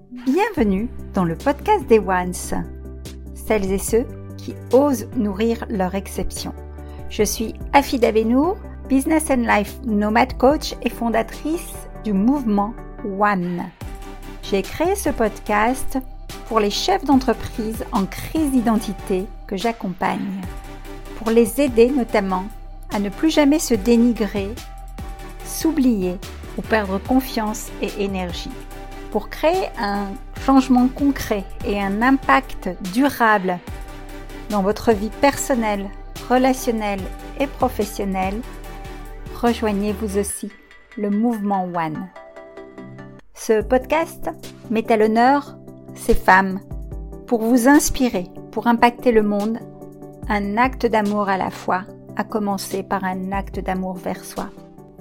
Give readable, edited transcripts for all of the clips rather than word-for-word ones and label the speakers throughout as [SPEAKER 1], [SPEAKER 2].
[SPEAKER 1] Bienvenue dans le podcast des Ones, celles et ceux qui osent nourrir leur exception. Je suis Afida Benour, Business and Life Nomad Coach et fondatrice du mouvement One. J'ai créé ce podcast pour les chefs d'entreprise en crise d'identité que j'accompagne, pour les aider notamment à ne plus jamais se dénigrer, s'oublier ou perdre confiance et énergie, pour créer un changement concret et un impact durable dans votre vie personnelle, relationnelle et professionnelle. Rejoignez vous aussi le mouvement One. Ce podcast met à l'honneur ces femmes pour vous inspirer, pour impacter le monde, un acte d'amour à la fois, à commencer par un acte d'amour vers soi.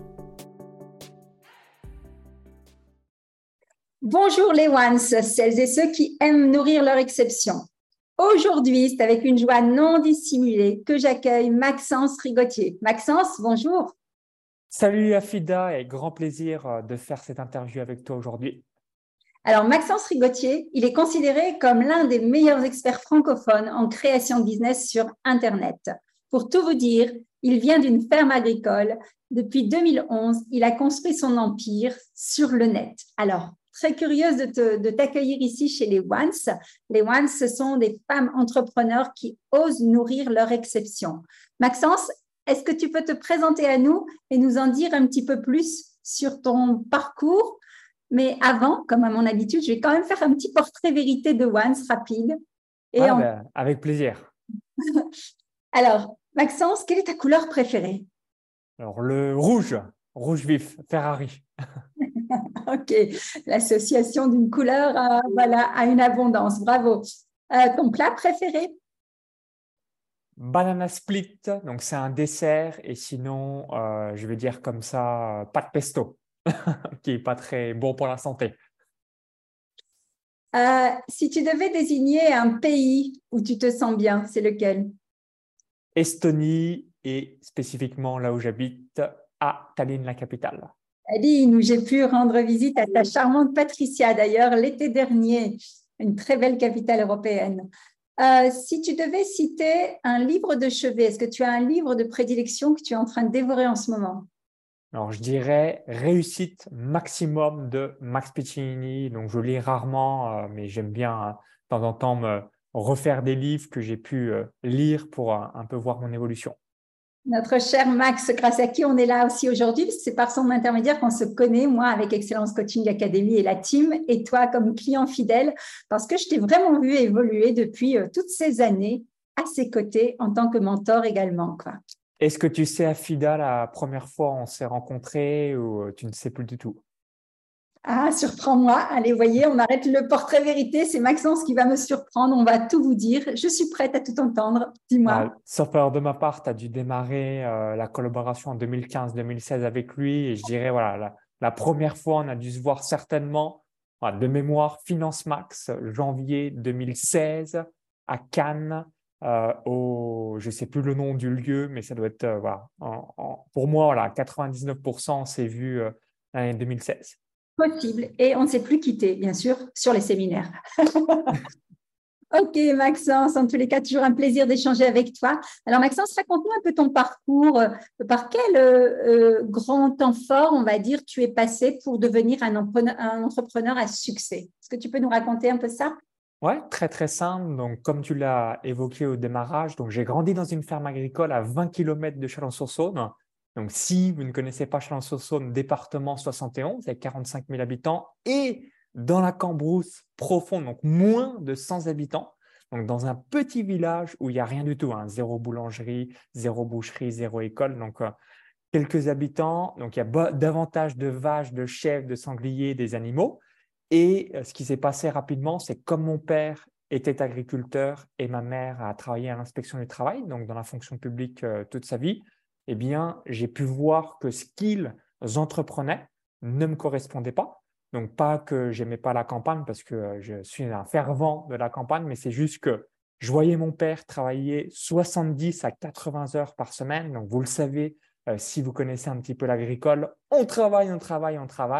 [SPEAKER 1] Bonjour les Ones, celles et ceux qui aiment nourrir leur exception. Aujourd'hui, c'est avec une joie non dissimulée que j'accueille Maxence Rigotier. Maxence, bonjour.
[SPEAKER 2] Salut Afida et grand plaisir de faire cette interview avec toi aujourd'hui.
[SPEAKER 1] Alors Maxence Rigotier, il est considéré comme l'un des meilleurs experts francophones en création de business sur Internet. Pour tout vous dire, il vient d'une ferme agricole. Depuis 2011, il a construit son empire sur le net. Alors, très curieuse de t'accueillir ici chez les Ones. Les Ones, ce sont des femmes entrepreneurs qui osent nourrir leur exception. Maxence, est-ce que tu peux te présenter à nous et nous en dire un petit peu plus sur ton parcours? Mais avant, comme à mon habitude, je vais quand même faire un petit portrait vérité de Ones rapide.
[SPEAKER 2] Avec plaisir.
[SPEAKER 1] Alors, Maxence, quelle est ta couleur préférée?
[SPEAKER 2] Alors, le rouge vif, Ferrari.
[SPEAKER 1] Ok, l'association d'une couleur à une abondance, bravo. Ton plat préféré?
[SPEAKER 2] Banana split, donc c'est un dessert et sinon, je vais dire comme ça, pâte pesto, qui n'est pas très bon pour la santé.
[SPEAKER 1] Si tu devais désigner un pays où tu te sens bien, c'est lequel?
[SPEAKER 2] Estonie et spécifiquement là où j'habite, à Tallinn, la capitale.
[SPEAKER 1] Tallinn, où j'ai pu rendre visite à ta charmante Patricia d'ailleurs l'été dernier, une très belle capitale européenne. Si tu devais citer un livre de chevet, est-ce que tu as un livre de prédilection que tu es en train de dévorer en ce moment?
[SPEAKER 2] Alors, je dirais Réussite maximum de Max Piccinini. Donc, je lis rarement, mais j'aime bien de temps en temps me refaire des livres que j'ai pu lire pour un peu voir mon évolution.
[SPEAKER 1] Notre cher Max, grâce à qui on est là aussi aujourd'hui, parce que c'est par son intermédiaire qu'on se connaît, moi avec Excellence Coaching Academy et la team, et toi comme client fidèle, parce que je t'ai vraiment vu évoluer depuis toutes ces années à ses côtés en tant que mentor également, quoi.
[SPEAKER 2] Est-ce que tu sais, Afida, la première fois on s'est rencontrés ou tu ne sais plus du tout?
[SPEAKER 1] Ah, surprends-moi. Allez, voyez, on arrête le portrait vérité. C'est Maxence qui va me surprendre. On va tout vous dire. Je suis prête à tout entendre. Dis-moi.
[SPEAKER 2] Sauf erreur de ma part, tu as dû démarrer la collaboration en 2015-2016 avec lui. Et je dirais, voilà, la première fois, on a dû se voir certainement, de mémoire, Finance Max, janvier 2016, à Cannes, je ne sais plus le nom du lieu, mais ça doit être, pour moi, voilà, 99%, on s'est vu l'année 2016.
[SPEAKER 1] Possible. Et on ne s'est plus quitté, bien sûr, sur les séminaires. Ok, Maxence, en tous les cas, toujours un plaisir d'échanger avec toi. Alors, Maxence, raconte-nous un peu ton parcours. Par quel grand temps fort, on va dire, tu es passé pour devenir un entrepreneur à succès? Est-ce que tu peux nous raconter un peu ça?
[SPEAKER 2] Ouais, très très simple. Donc, comme tu l'as évoqué au démarrage, donc j'ai grandi dans une ferme agricole à 20 km de Chalon-sur-Saône. Donc, si vous ne connaissez pas Chalon-sur-Saône, département 71, avec 45 000 habitants, et dans la Cambrousse profonde, donc moins de 100 habitants, donc dans un petit village où il n'y a rien du tout, zéro boulangerie, zéro boucherie, zéro école, donc quelques habitants. Donc, il y a davantage de vaches, de chèvres, de sangliers, des animaux. Et ce qui s'est passé rapidement, c'est que comme mon père était agriculteur et ma mère a travaillé à l'inspection du travail, donc dans la fonction publique toute sa vie, eh bien, j'ai pu voir que ce qu'ils entreprenaient ne me correspondait pas. Donc, pas que j'aimais pas la campagne parce que je suis un fervent de la campagne, mais c'est juste que je voyais mon père travailler 70 à 80 heures par semaine. Donc, vous le savez, si vous connaissez un petit peu l'agricole, on travaille, on travaille, on travaille.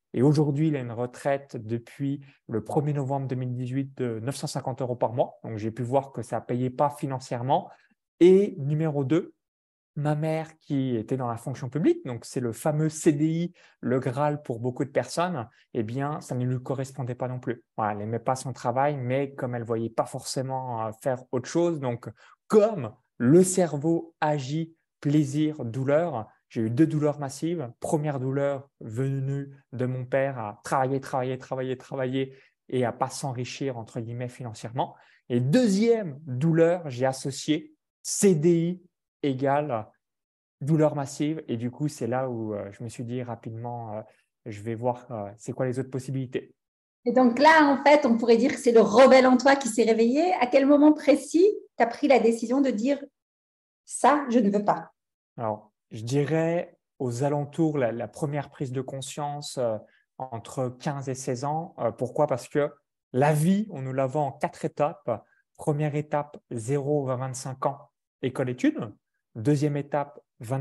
[SPEAKER 2] Et aujourd'hui, il a une retraite depuis le 1er novembre 2018 de 950 € par mois. Donc, j'ai pu voir que ça ne payait pas financièrement. Et numéro 2, ma mère qui était dans la fonction publique, donc c'est le fameux CDI, le Graal pour beaucoup de personnes, eh bien, ça ne lui correspondait pas non plus. Voilà, elle n'aimait pas son travail, mais comme elle ne voyait pas forcément faire autre chose, donc comme le cerveau agit plaisir, douleur, j'ai eu 2 douleurs massives. Première douleur venue de mon père à travailler et à pas s'enrichir entre guillemets financièrement. Et deuxième douleur, j'ai associé CDI égale douleur massive. Et du coup, c'est là où je me suis dit rapidement, je vais voir c'est quoi les autres possibilités.
[SPEAKER 1] Et donc là, en fait, on pourrait dire que c'est le rebelle en toi qui s'est réveillé. À quel moment précis tu as pris la décision de dire ça, je ne veux pas?
[SPEAKER 2] Alors, je dirais aux alentours, la première prise de conscience entre 15 et 16 ans. Pourquoi? Parce que la vie, on nous la vend en 4 étapes. Première étape, 0 à 25 ans, école-études. Deuxième étape,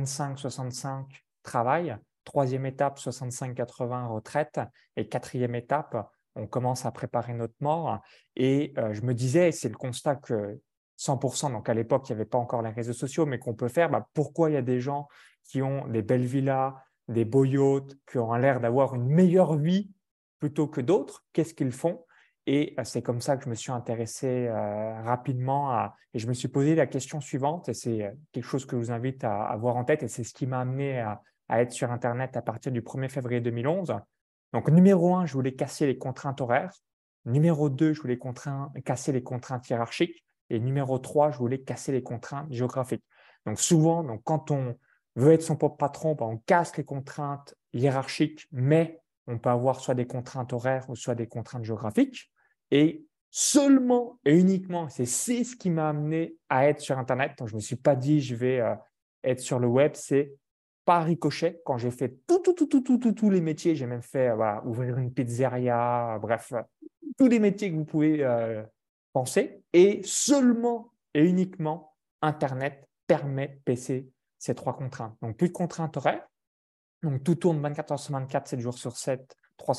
[SPEAKER 2] 25-65, travail. Troisième étape, 65-80, retraite. Et quatrième étape, on commence à préparer notre mort. Et je me disais, c'est le constat que 100%, donc à l'époque, il n'y avait pas encore les réseaux sociaux, mais qu'on peut faire, pourquoi il y a des gens qui ont des belles villas, des beaux yachts, qui ont l'air d'avoir une meilleure vie plutôt que d'autres? Qu'est-ce qu'ils font? Et c'est comme ça que je me suis intéressé rapidement et je me suis posé la question suivante, et c'est quelque chose que je vous invite à avoir en tête, et c'est ce qui m'a amené à être sur Internet à partir du 1er février 2011. Donc, numéro 1, je voulais casser les contraintes horaires. Numéro 2, je voulais casser les contraintes hiérarchiques. Et numéro 3, je voulais casser les contraintes géographiques. Donc souvent, quand on veut être son propre patron, on casse les contraintes hiérarchiques, mais on peut avoir soit des contraintes horaires ou soit des contraintes géographiques. Et seulement et uniquement, c'est ce qui m'a amené à être sur Internet. Donc je ne me suis pas dit je vais être sur le web, c'est par ricochet. Quand j'ai fait tous les métiers, j'ai même fait ouvrir une pizzeria, bref, tous les métiers que vous pouvez penser, et seulement et uniquement Internet permet de baisser ces 3 contraintes. Donc, plus de contraintes horaires. Donc, tout tourne 24 heures sur 24, 7 jours sur 7,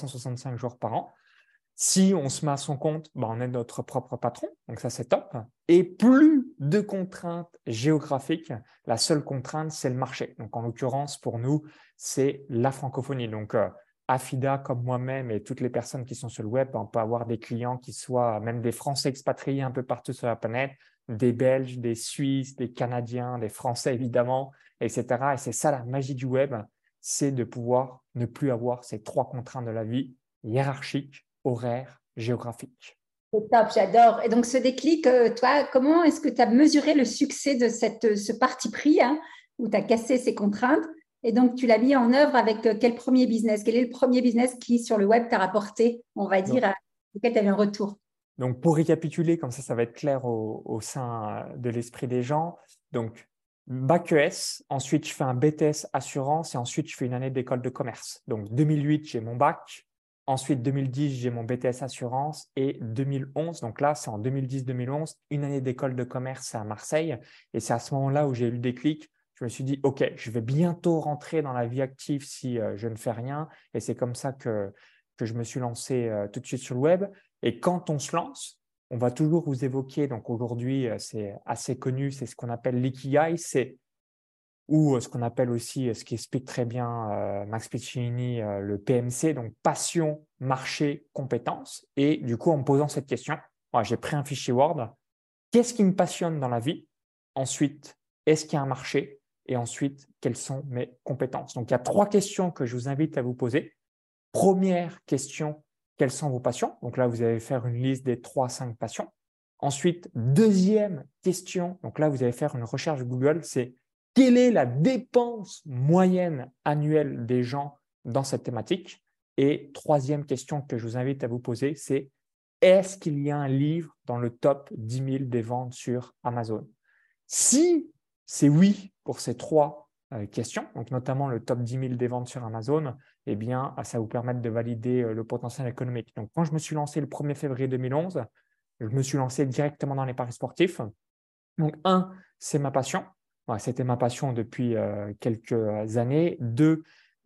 [SPEAKER 2] 365 jours par an. Si on se met à son compte, on est notre propre patron. Donc, ça, c'est top. Et plus de contraintes géographiques. La seule contrainte, c'est le marché. Donc, en l'occurrence, pour nous, c'est la francophonie. Donc, Afida, comme moi-même et toutes les personnes qui sont sur le web, on peut avoir des clients qui soient même des Français expatriés un peu partout sur la planète, des Belges, des Suisses, des Canadiens, des Français évidemment, etc. Et c'est ça la magie du web, c'est de pouvoir ne plus avoir ces 3 contraintes de la vie, hiérarchique, horaire, géographique.
[SPEAKER 1] C'est top, j'adore. Et donc, ce déclic, toi, comment est-ce que tu as mesuré le succès de ce parti pris où tu as cassé ces contraintes? Et donc, tu l'as mis en œuvre avec quel premier business? Quel est le premier business qui, sur le web, t'a rapporté, on va dire, auquel tu as eu un retour?
[SPEAKER 2] Donc, pour récapituler, comme ça va être clair au sein de l'esprit des gens. Donc, Bac ES, ensuite, je fais un BTS assurance et ensuite, je fais une année d'école de commerce. Donc, 2008, j'ai mon bac. Ensuite, 2010, j'ai mon BTS assurance et 2011, donc là, c'est en 2010-2011, une année d'école de commerce à Marseille. Et c'est à ce moment-là où j'ai eu le déclic. Je me suis dit, OK, je vais bientôt rentrer dans la vie active si je ne fais rien. Et c'est comme ça que je me suis lancé tout de suite sur le web. Et quand on se lance, on va toujours vous évoquer, donc aujourd'hui, c'est assez connu, c'est ce qu'on appelle l'ikigai, ou ce qu'on appelle aussi, ce qui explique très bien Max Piccinini, le PMC, donc passion, marché, compétence. Et du coup, en me posant cette question, j'ai pris un fichier Word. Qu'est-ce qui me passionne dans la vie? Ensuite, est-ce qu'il y a un marché? Et ensuite, quelles sont mes compétences? Donc, il y a 3 questions que je vous invite à vous poser. Première question, quelles sont vos passions? Donc là, vous allez faire une liste des 3 à 5 passions. Ensuite, deuxième question, donc là, vous allez faire une recherche Google, c'est quelle est la dépense moyenne annuelle des gens dans cette thématique? Et troisième question que je vous invite à vous poser, c'est est-ce qu'il y a un livre dans le top 10 000 des ventes sur Amazon? Si c'est oui pour ces 3 questions, donc notamment le top 10 000 des ventes sur Amazon, eh bien, ça vous permet de valider le potentiel économique. Donc, quand je me suis lancé le 1er février 2011, je me suis lancé directement dans les paris sportifs. Donc, 1, c'est ma passion. C'était ma passion depuis quelques années. 2,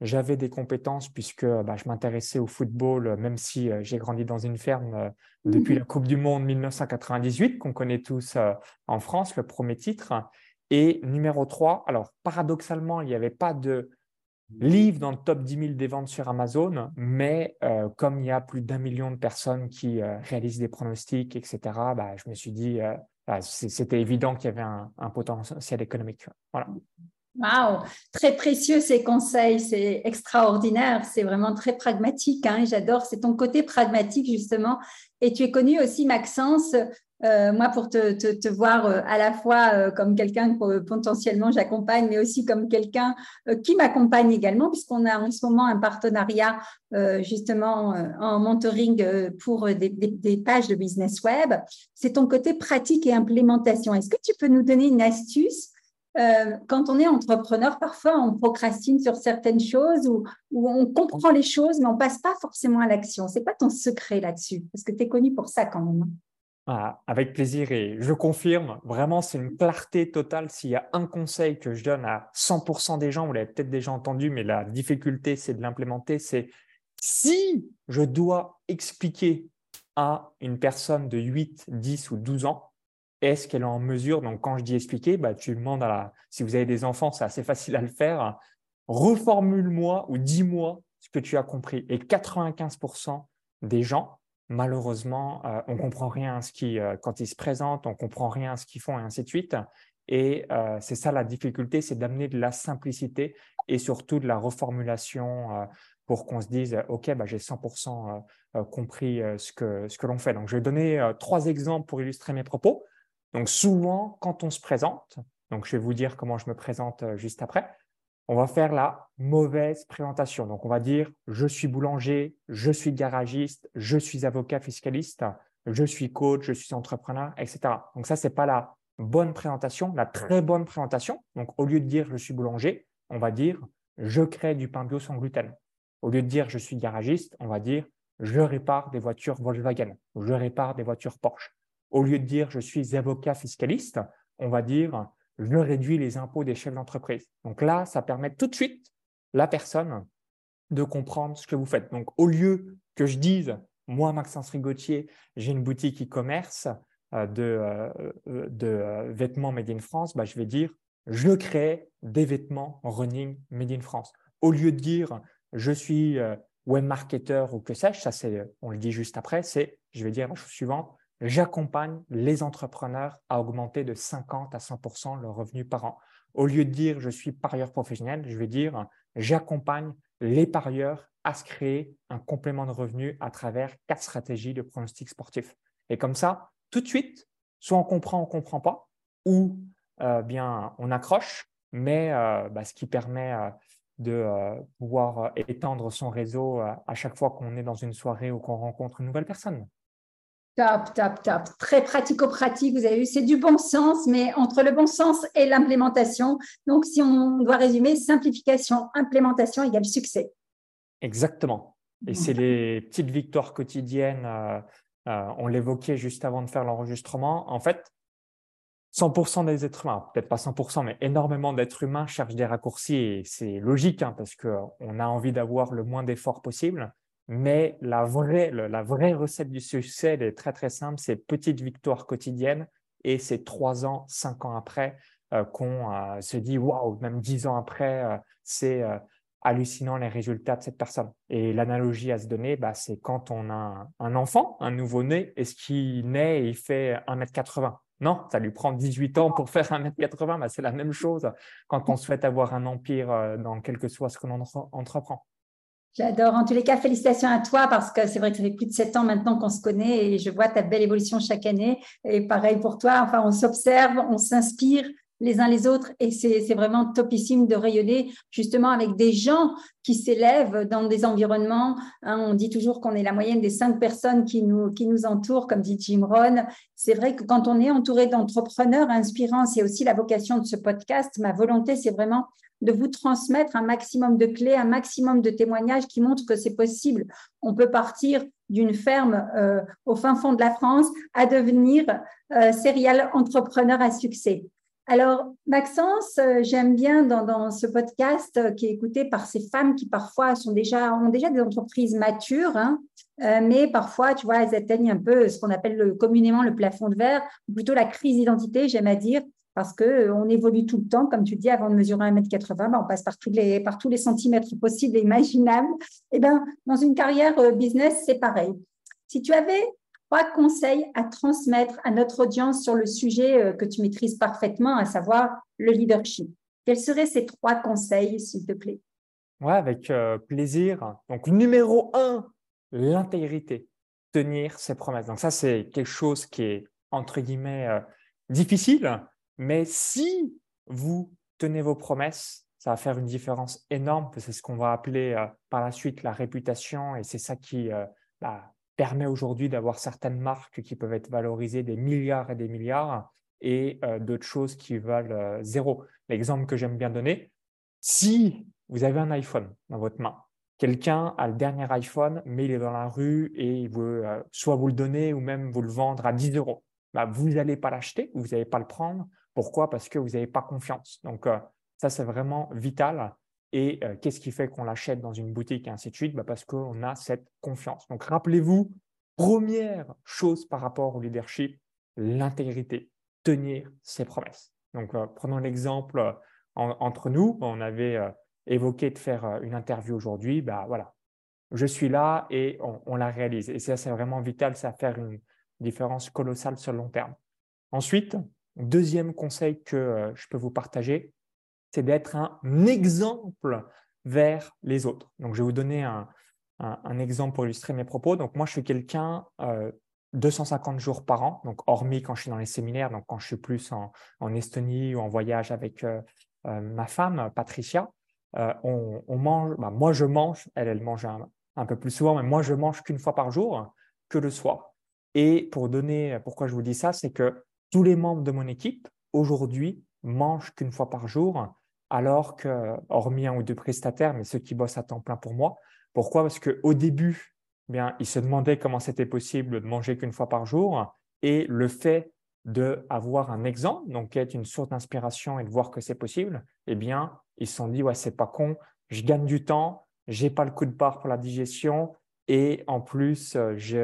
[SPEAKER 2] j'avais des compétences puisque je m'intéressais au football, même si j'ai grandi dans une ferme depuis la Coupe du Monde 1998, qu'on connaît tous en France, le premier titre. Et numéro 3, alors paradoxalement, il n'y avait pas de livre dans le top 10 000 des ventes sur Amazon, mais comme il y a plus d'1 million de personnes qui réalisent des pronostics, etc., je me suis dit, c'était évident qu'il y avait un potentiel économique. Voilà.
[SPEAKER 1] Waouh, très précieux ces conseils, c'est extraordinaire, c'est vraiment très pragmatique, hein, et j'adore, c'est ton côté pragmatique justement. Et tu es connu aussi, Maxence, moi pour te voir à la fois comme quelqu'un que potentiellement j'accompagne, mais aussi comme quelqu'un qui m'accompagne également, puisqu'on a en ce moment un partenariat justement en mentoring pour des pages de business web. C'est ton côté pratique et implémentation. Est-ce que tu peux nous donner une astuce? Quand on est entrepreneur, parfois on procrastine sur certaines choses ou on comprend les choses, mais on ne passe pas forcément à l'action. C'est quoi ton secret là-dessus? Parce que tu es connu pour ça quand même.
[SPEAKER 2] Avec plaisir et je confirme, vraiment c'est une clarté totale. S'il y a un conseil que je donne à 100% des gens, vous l'avez peut-être déjà entendu, mais la difficulté c'est de l'implémenter, c'est si je dois expliquer à une personne de 8, 10 ou 12 ans, est-ce qu'elle est en mesure, donc quand je dis expliquer, tu demandes si vous avez des enfants, c'est assez facile à le faire, reformule-moi ou dis-moi ce que tu as compris. Et 95% des gens, malheureusement, on ne comprend rien quand ils se présentent, on ne comprend rien à ce qu'ils font et ainsi de suite. Et c'est ça la difficulté, c'est d'amener de la simplicité et surtout de la reformulation pour qu'on se dise « Ok, j'ai 100% compris ce que l'on fait ». Donc, je vais donner 3 exemples pour illustrer mes propos. Donc, souvent, quand on se présente, donc je vais vous dire comment je me présente juste après, on va faire la mauvaise présentation. Donc, on va dire « je suis boulanger, je suis garagiste, je suis avocat fiscaliste, je suis coach, je suis entrepreneur, etc. » Donc, ça, ce n'est pas la bonne présentation, la très bonne présentation. Donc, au lieu de dire « je suis boulanger », on va dire « je crée du pain bio sans gluten ». Au lieu de dire « je suis garagiste », on va dire « je répare des voitures Volkswagen » ou « je répare des voitures Porsche ». Au lieu de dire « je suis avocat fiscaliste », on va dire « je réduis les impôts des chefs d'entreprise ». Donc là, ça permet tout de suite la personne de comprendre ce que vous faites. Donc, au lieu que je dise « moi, Maxence Rigotier, j'ai une boutique e-commerce de vêtements made in France », je vais dire « je crée des vêtements running made in France ». Au lieu de dire « je suis web marketer » ou que sais-je, ça on le dit juste après, je vais dire la chose suivante. J'accompagne les entrepreneurs à augmenter de 50 à 100% leurs revenus par an. Au lieu de dire « je suis parieur professionnel », je vais dire « j'accompagne les parieurs à se créer un complément de revenus à travers 4 stratégies de pronostic sportif ». Et comme ça, tout de suite, soit on comprend pas, ou bien on accroche, mais ce qui permet de pouvoir étendre son réseau à chaque fois qu'on est dans une soirée ou qu'on rencontre une nouvelle personne.
[SPEAKER 1] Top, top, top. Très pratico-pratique, vous avez vu, c'est du bon sens, mais entre le bon sens et l'implémentation. Donc, si on doit résumer, simplification, implémentation égale succès.
[SPEAKER 2] Exactement. Et c'est les petites victoires quotidiennes. On l'évoquait juste avant de faire l'enregistrement. En fait, 100% des êtres humains, peut-être pas 100%, mais énormément d'êtres humains cherchent des raccourcis et c'est logique parce qu'on a envie d'avoir le moins d'efforts possible. Mais la vraie recette du succès, elle est très, très simple. C'est petites victoires quotidiennes et c'est 3 ans, 5 ans après qu'on se dit « waouh », même 10 ans après, c'est hallucinant les résultats de cette personne. Et l'analogie à se donner, c'est quand on a un enfant, un nouveau-né, est-ce qu'il naît et il fait 1m80 ? Non, ça lui prend 18 ans pour faire 1m80. C'est la même chose quand on souhaite avoir un empire dans quel que soit ce que l'on entreprend.
[SPEAKER 1] J'adore. En tous les cas, félicitations à toi parce que c'est vrai que ça fait plus de 7 ans maintenant qu'on se connaît et je vois ta belle évolution chaque année. Et pareil pour toi. Enfin, on s'observe, on s'inspire les uns les autres et c'est vraiment topissime de rayonner justement avec des gens qui s'élèvent dans des environnements. On dit toujours qu'on est la moyenne des 5 personnes qui nous entourent, comme dit Jim Rohn. C'est vrai que quand on est entouré d'entrepreneurs inspirants, c'est aussi la vocation de ce podcast. Ma volonté, c'est vraiment de vous transmettre un maximum de clés, un maximum de témoignages qui montrent que c'est possible. On peut partir d'une ferme au fin fond de la France à devenir serial entrepreneur à succès. Alors, Maxence, j'aime bien dans ce podcast qui est écouté par ces femmes qui parfois ont déjà des entreprises matures, hein, mais parfois, tu vois, elles atteignent un peu ce qu'on appelle communément le plafond de verre, ou plutôt la crise d'identité, j'aime à dire, parce qu'on évolue tout le temps. Comme tu dis, avant de mesurer 1,80 m, on passe par tous les centimètres possibles et imaginables. Et bien, dans une carrière business, c'est pareil. Si tu avais 3 conseils à transmettre à notre audience sur le sujet que tu maîtrises parfaitement, à savoir le leadership. Quels seraient ces 3 conseils, s'il te plaît?
[SPEAKER 2] Ouais, avec plaisir. Donc, numéro 1, l'intégrité, tenir ses promesses. Donc, ça, c'est quelque chose qui est, entre guillemets, difficile, mais si vous tenez vos promesses, ça va faire une différence énorme. C'est ce qu'on va appeler par la suite la réputation, et c'est ça qui permet aujourd'hui d'avoir certaines marques qui peuvent être valorisées des milliards et des milliards, et d'autres choses qui valent zéro. L'exemple que j'aime bien donner, si vous avez un iPhone dans votre main, quelqu'un a le dernier iPhone, mais il est dans la rue et il veut soit vous le donner ou même vous le vendre à 10 euros. Vous n'allez pas l'acheter, vous n'allez pas le prendre. Pourquoi? Parce que vous n'avez pas confiance. Donc, ça, c'est vraiment vital. Et qu'est-ce qui fait qu'on l'achète dans une boutique et ainsi de suite? Parce qu'on a cette confiance. Donc, rappelez-vous, première chose par rapport au leadership, l'intégrité, tenir ses promesses. Donc, prenons l'exemple entre nous. On avait évoqué de faire une interview aujourd'hui. Voilà, je suis là et on la réalise. Et ça, c'est vraiment vital. Ça va faire une différence colossale sur le long terme. Ensuite, deuxième conseil que je peux vous partager, c'est d'être un exemple vers les autres. Donc, je vais vous donner un exemple pour illustrer mes propos. Donc, moi, je suis quelqu'un 250 jours par an, donc hormis quand je suis dans les séminaires, donc quand je suis plus en Estonie ou en voyage avec ma femme, Patricia, on mange, moi je mange, elle mange un peu plus souvent, mais moi je mange qu'une fois par jour, que le soir. Et pourquoi je vous dis ça, c'est que tous les membres de mon équipe, aujourd'hui, mangent qu'une fois par jour, alors que, hormis un ou deux prestataires, mais ceux qui bossent à temps plein pour moi. Pourquoi? Parce qu'au début, ils se demandaient comment c'était possible de manger qu'une fois par jour, et le fait d'avoir un exemple, donc être une source d'inspiration et de voir que c'est possible, ils se sont dit, ouais, c'est pas con, je gagne du temps, j'ai pas le coup de barre pour la digestion, et en plus,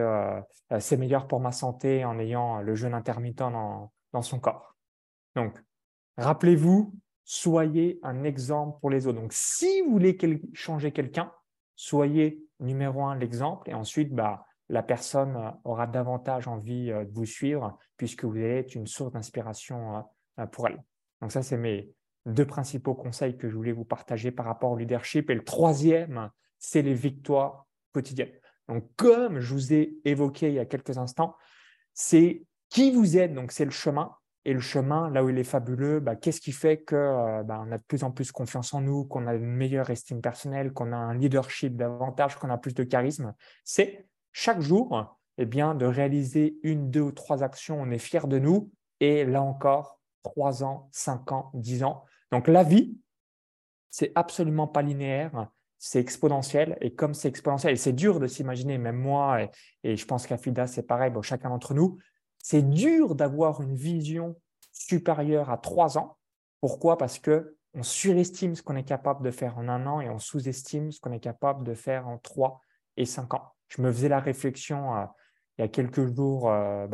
[SPEAKER 2] c'est meilleur pour ma santé en ayant le jeûne intermittent dans son corps. Donc, rappelez-vous, soyez un exemple pour les autres. Donc, si vous voulez changer quelqu'un, soyez numéro 1 l'exemple, et ensuite, la personne aura davantage envie de vous suivre puisque vous allez être une source d'inspiration pour elle. Donc, ça, c'est mes 2 principaux conseils que je voulais vous partager par rapport au leadership. Et le troisième, c'est les victoires quotidiennes. Donc, comme je vous ai évoqué il y a quelques instants, c'est qui vous êtes, donc c'est le chemin. Et le chemin, là où il est fabuleux, qu'est-ce qui fait qu'on a de plus en plus confiance en nous, qu'on a une meilleure estime personnelle, qu'on a un leadership davantage, qu'on a plus de charisme? C'est chaque jour de réaliser 1, 2 ou 3 actions, on est fier de nous. Et là encore, 3 ans, 5 ans, 10 ans. Donc la vie, c'est absolument pas linéaire, c'est exponentiel. Et comme c'est exponentiel, et c'est dur de s'imaginer, même moi, et je pense qu'Afida, c'est pareil, chacun d'entre nous, c'est dur d'avoir une vision supérieure à 3 ans. Pourquoi? Parce qu'on surestime ce qu'on est capable de faire en 1 an et on sous-estime ce qu'on est capable de faire en 3 et 5 ans. Je me faisais la réflexion il y a quelques jours,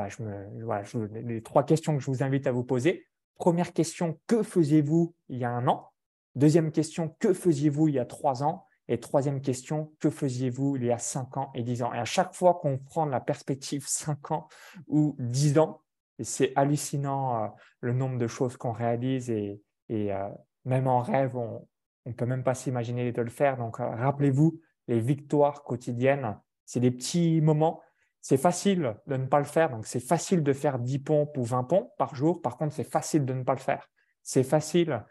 [SPEAKER 2] les 3 questions que je vous invite à vous poser. Première question, que faisiez-vous il y a 1 an? Deuxième question, que faisiez-vous il y a 3 ans? Et troisième question, que faisiez-vous il y a 5 ans et 10 ans? Et à chaque fois qu'on prend la perspective 5 ans ou 10 ans, c'est hallucinant le nombre de choses qu'on réalise et même en rêve, on ne peut même pas s'imaginer de le faire. Donc, rappelez-vous, les victoires quotidiennes, c'est des petits moments. C'est facile de ne pas le faire. Donc, c'est facile de faire 10 pompes ou 20 pompes par jour. Par contre, c'est facile de ne pas le faire. C'est facile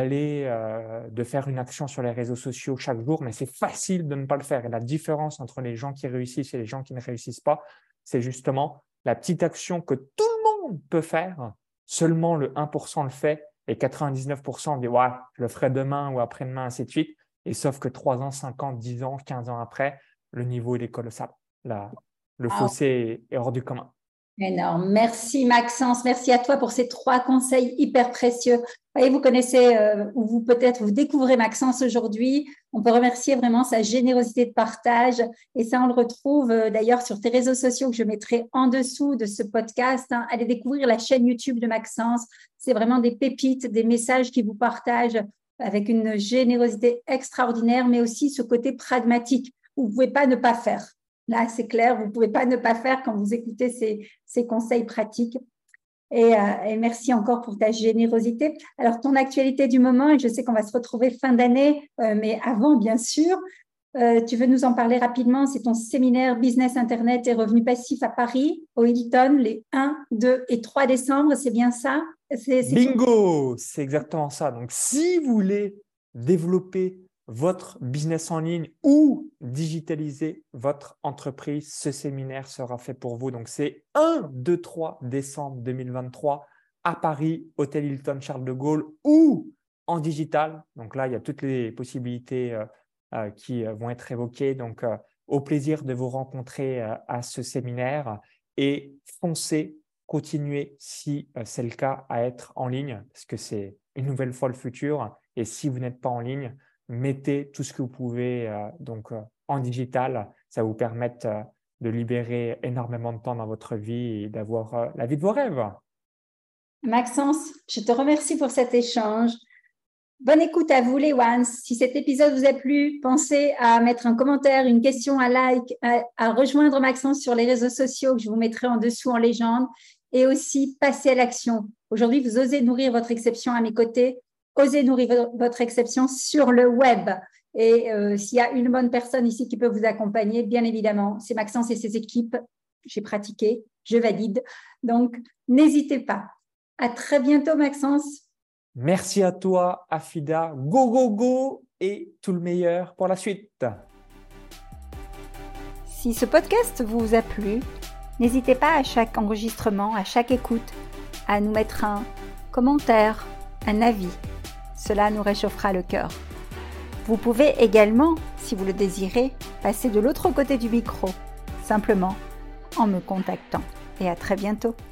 [SPEAKER 2] de faire une action sur les réseaux sociaux chaque jour, mais c'est facile de ne pas le faire. Et la différence entre les gens qui réussissent et les gens qui ne réussissent pas, c'est justement la petite action que tout le monde peut faire. Seulement le 1% le fait et 99% dit ouais, je le ferai demain ou après-demain, ainsi de suite. Et sauf que 3 ans, 5 ans, 10 ans, 15 ans après, le niveau il est colossal. Le fossé est hors du commun.
[SPEAKER 1] Énorme. Merci Maxence, merci à toi pour ces 3 conseils hyper précieux. Vous connaissez ou peut-être vous découvrez Maxence aujourd'hui. On peut remercier vraiment sa générosité de partage et ça on le retrouve d'ailleurs sur tes réseaux sociaux que je mettrai en dessous de ce podcast. Allez découvrir la chaîne YouTube de Maxence. C'est vraiment des pépites, des messages qu'il vous partage avec une générosité extraordinaire, mais aussi ce côté pragmatique où vous ne pouvez pas ne pas faire. Là, c'est clair, vous ne pouvez pas ne pas faire quand vous écoutez ces conseils pratiques. Et merci encore pour ta générosité. Alors, ton actualité du moment, et je sais qu'on va se retrouver fin d'année, mais avant, bien sûr, tu veux nous en parler rapidement. C'est ton séminaire Business Internet et revenus passifs à Paris, au Hilton, les 1, 2 et 3 décembre. C'est bien ça?
[SPEAKER 2] Bingo! C'est exactement ça. Donc, si vous voulez développer votre business en ligne ou digitaliser votre entreprise, ce séminaire sera fait pour vous. Donc, c'est 1, 2, 3 décembre 2023 à Paris, Hôtel Hilton Charles de Gaulle ou en digital. Donc là, il y a toutes les possibilités qui vont être évoquées. Donc, au plaisir de vous rencontrer à ce séminaire et foncez, continuez si c'est le cas à être en ligne parce que c'est une nouvelle fois le futur. Et si vous n'êtes pas en ligne, mettez tout ce que vous pouvez en digital. Ça va vous permettre de libérer énormément de temps dans votre vie et d'avoir la vie de vos rêves.
[SPEAKER 1] Maxence, je te remercie pour cet échange. Bonne écoute à vous les ones. Si cet épisode vous a plu, pensez à mettre un commentaire, une question, un like, à rejoindre Maxence sur les réseaux sociaux que je vous mettrai en dessous en légende et aussi passer à l'action. Aujourd'hui, vous osez nourrir votre exception à mes côtés. Osez nourrir votre exception sur le web. Et s'il y a une bonne personne ici qui peut vous accompagner, bien évidemment, c'est Maxence et ses équipes. J'ai pratiqué, je valide. Donc, n'hésitez pas. À très bientôt, Maxence.
[SPEAKER 2] Merci à toi, Afida. Go, go, go et tout le meilleur pour la suite.
[SPEAKER 1] Si ce podcast vous a plu, n'hésitez pas à chaque enregistrement, à chaque écoute, à nous mettre un commentaire, un avis. Cela nous réchauffera le cœur. Vous pouvez également, si vous le désirez, passer de l'autre côté du micro, simplement en me contactant. Et à très bientôt.